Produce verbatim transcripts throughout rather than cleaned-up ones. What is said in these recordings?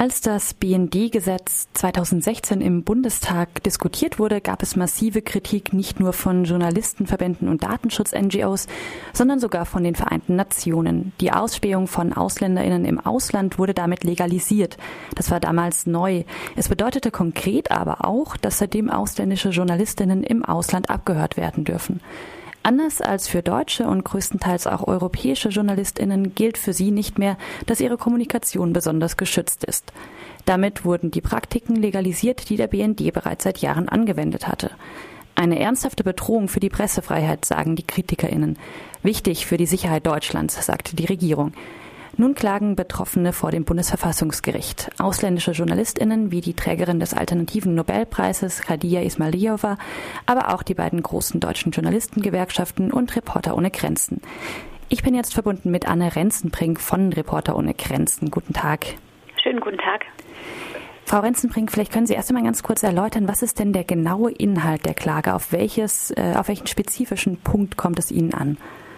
Als das B N D-Gesetz zweitausendsechzehn im Bundestag diskutiert wurde, gab es massive Kritik nicht nur von Journalistenverbänden und Datenschutz-N G Os, sondern sogar von den Vereinten Nationen. Die Ausspähung von AusländerInnen im Ausland wurde damit legalisiert. Das war damals neu. Es bedeutete konkret aber auch, dass seitdem ausländische JournalistInnen im Ausland abgehört werden dürfen. Anders als für deutsche und größtenteils auch europäische JournalistInnen gilt für sie nicht mehr, dass ihre Kommunikation besonders geschützt ist. Damit wurden die Praktiken legalisiert, die der B N D bereits seit Jahren angewendet hatte. Eine ernsthafte Bedrohung für die Pressefreiheit, sagen die KritikerInnen. Wichtig für die Sicherheit Deutschlands, sagte die Regierung. Nun klagen Betroffene vor dem Bundesverfassungsgericht. Ausländische JournalistInnen wie die Trägerin des alternativen Nobelpreises Khadija Ismailova, aber auch die beiden großen deutschen Journalistengewerkschaften und Reporter ohne Grenzen. Ich bin jetzt verbunden mit Anne Renzenbrink von Reporter ohne Grenzen. Guten Tag. Schönen guten Tag. Frau Renzenbrink, vielleicht können Sie erst einmal ganz kurz erläutern, was ist denn der genaue Inhalt der Klage? Auf welches, äh, auf welchen spezifischen Punkt kommt es Ihnen an?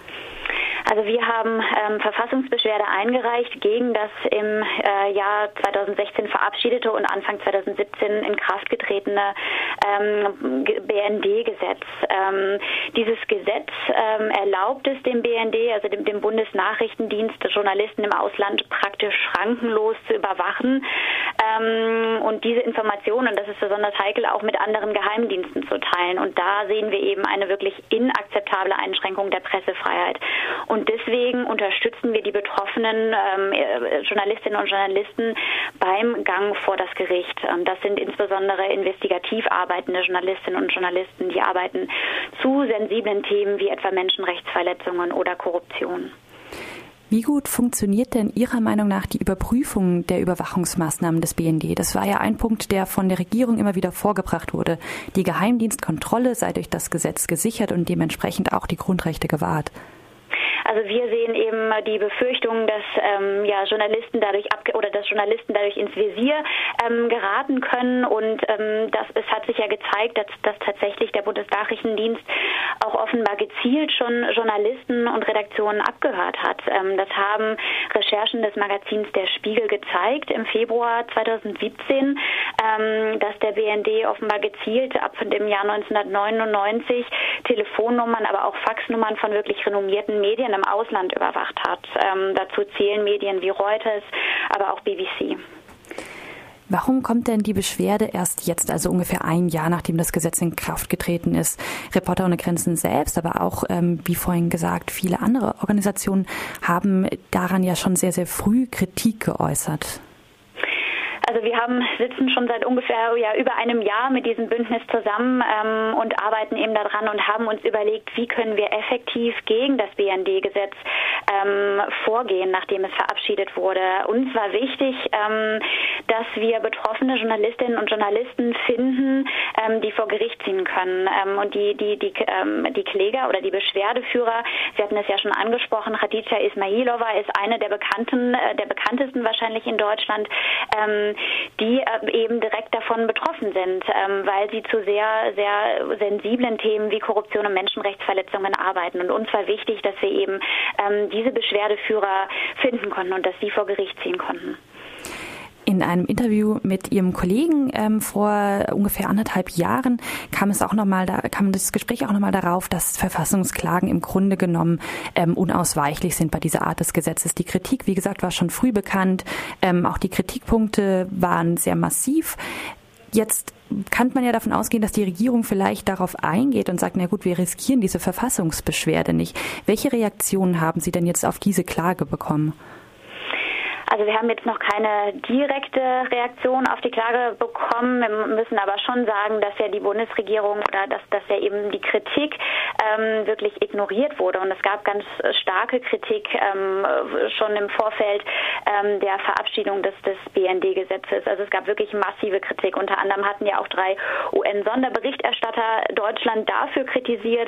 Also wir haben ähm, Verfassungsbeschwerde eingereicht gegen das im äh, Jahr zweitausendsechzehn verabschiedete und Anfang zweitausendsiebzehn in Kraft getretene ähm, B N D-Gesetz. Ähm, dieses Gesetz ähm, erlaubt es dem B N D, also dem, dem Bundesnachrichtendienst, Journalisten im Ausland praktisch schrankenlos zu überwachen ähm, und diese Informationen, das ist besonders heikel, auch mit anderen Geheimdiensten zu teilen. Und da sehen wir eben eine wirklich inakzeptable Einschränkung der Pressefreiheit. Und deswegen unterstützen wir die betroffenen ähm, Journalistinnen und Journalisten beim Gang vor das Gericht. Und das sind insbesondere investigativ arbeitende Journalistinnen und Journalisten, die arbeiten zu sensiblen Themen wie etwa Menschenrechtsverletzungen oder Korruption. Wie gut funktioniert denn Ihrer Meinung nach die Überprüfung der Überwachungsmaßnahmen des B N D? Das war ja ein Punkt, der von der Regierung immer wieder vorgebracht wurde. Die Geheimdienstkontrolle sei durch das Gesetz gesichert und dementsprechend auch die Grundrechte gewahrt. Also wir sehen eben die Befürchtung, dass ähm, ja, Journalisten dadurch abge- oder dass Journalisten dadurch ins Visier ähm, geraten können und ähm, das, es hat sich ja gezeigt, dass, dass tatsächlich der Bundesnachrichtendienst auch offenbar gezielt schon Journalisten und Redaktionen abgehört hat. Ähm, das haben Recherchen des Magazins Der Spiegel gezeigt im Februar zweitausendsiebzehn, ähm, dass der B N D offenbar gezielt ab dem Jahr neunzehnhundertneunundneunzig Telefonnummern, aber auch Faxnummern von wirklich renommierten Medien im Ausland überwacht hat. Ähm, dazu zählen Medien wie Reuters, aber auch B B C. Warum kommt denn die Beschwerde erst jetzt, also ungefähr ein Jahr nachdem das Gesetz in Kraft getreten ist? Reporter ohne Grenzen selbst, aber auch, ähm, wie vorhin gesagt, viele andere Organisationen haben daran ja schon sehr, sehr früh Kritik geäußert. Also wir haben sitzen schon seit ungefähr ja, über einem Jahr mit diesem Bündnis zusammen ähm, und arbeiten eben daran und haben uns überlegt, wie können wir effektiv gegen das B N D-Gesetz ähm, vorgehen, nachdem es verabschiedet wurde. Uns war wichtig, ähm, dass wir betroffene Journalistinnen und Journalisten finden, ähm, die vor Gericht ziehen können. Ähm, und die, die, die, ähm, die Kläger oder die Beschwerdeführer, Sie hatten es ja schon angesprochen, Khadija Ismailova ist eine der bekannten, äh, der bekanntesten wahrscheinlich in Deutschland, ähm, die äh, eben direkt davon betroffen sind, ähm, weil sie zu sehr, sehr sensiblen Themen wie Korruption und Menschenrechtsverletzungen arbeiten. Und uns war wichtig, dass wir eben ähm, diese Beschwerdeführer finden konnten und dass sie vor Gericht ziehen konnten. In einem Interview mit Ihrem Kollegen ähm, vor ungefähr anderthalb Jahren kam es auch noch mal, da kam das Gespräch auch nochmal darauf, dass Verfassungsklagen im Grunde genommen ähm, unausweichlich sind bei dieser Art des Gesetzes. Die Kritik, wie gesagt, war schon früh bekannt. Ähm, auch die Kritikpunkte waren sehr massiv. Jetzt kann man ja davon ausgehen, dass die Regierung vielleicht darauf eingeht und sagt, na gut, wir riskieren diese Verfassungsbeschwerde nicht. Welche Reaktionen haben Sie denn jetzt auf diese Klage bekommen? Also wir haben jetzt noch keine direkte Reaktion auf die Klage bekommen. Wir müssen aber schon sagen, dass ja die Bundesregierung oder dass, dass ja eben die Kritik ähm, wirklich ignoriert wurde. Und es gab ganz starke Kritik ähm, schon im Vorfeld ähm, der Verabschiedung des, des B N D-Gesetzes. Also es gab wirklich massive Kritik. Unter anderem hatten ja auch drei U N-Sonderberichterstatter Deutschland dafür kritisiert,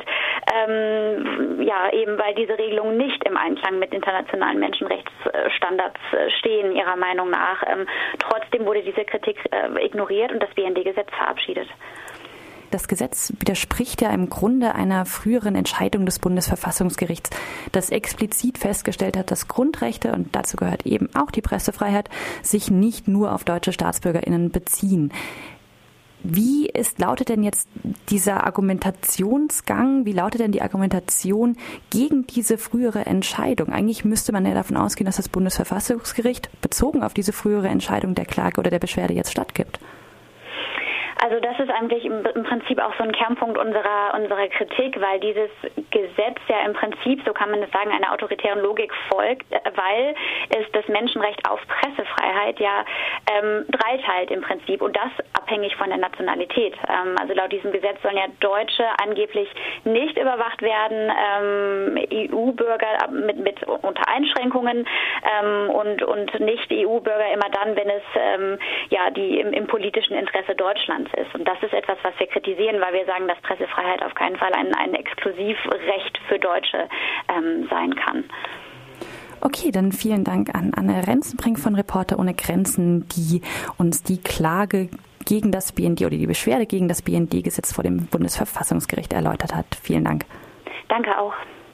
ähm, ja eben weil diese Regelung nicht im Einklang mit internationalen Menschenrechtsstandards stehen, ihrer Meinung nach. Ähm, trotzdem wurde diese Kritik äh, ignoriert und das B N D-Gesetz verabschiedet. Das Gesetz widerspricht ja im Grunde einer früheren Entscheidung des Bundesverfassungsgerichts, das explizit festgestellt hat, dass Grundrechte, und dazu gehört eben auch die Pressefreiheit, sich nicht nur auf deutsche StaatsbürgerInnen beziehen. Wie ist, lautet denn jetzt dieser Argumentationsgang, wie lautet denn die Argumentation gegen diese frühere Entscheidung? Eigentlich müsste man ja davon ausgehen, dass das Bundesverfassungsgericht bezogen auf diese frühere Entscheidung der Klage oder der Beschwerde jetzt stattgibt. Also das ist eigentlich im, im Prinzip auch so ein Kernpunkt unserer unserer Kritik, weil dieses Gesetz ja im Prinzip, so kann man es sagen, einer autoritären Logik folgt, weil es das Menschenrecht auf Pressefreiheit ja ähm, dreiteilt im Prinzip und das abhängig von der Nationalität. Ähm, also laut diesem Gesetz sollen ja Deutsche angeblich nicht überwacht werden, ähm, E U-Bürger mit, mit unter Einschränkungen ähm, und und nicht E U-Bürger immer dann, wenn es ähm, ja die im, im politischen Interesse Deutschlands ist. Und das ist etwas, was wir kritisieren, weil wir sagen, dass Pressefreiheit auf keinen Fall ein, ein Exklusivrecht für Deutsche ähm, sein kann. Okay, dann vielen Dank an Anne Renzenbrink von Reporter ohne Grenzen, die uns die Klage gegen das B N D oder die Beschwerde gegen das B N D-Gesetz vor dem Bundesverfassungsgericht erläutert hat. Vielen Dank. Danke auch.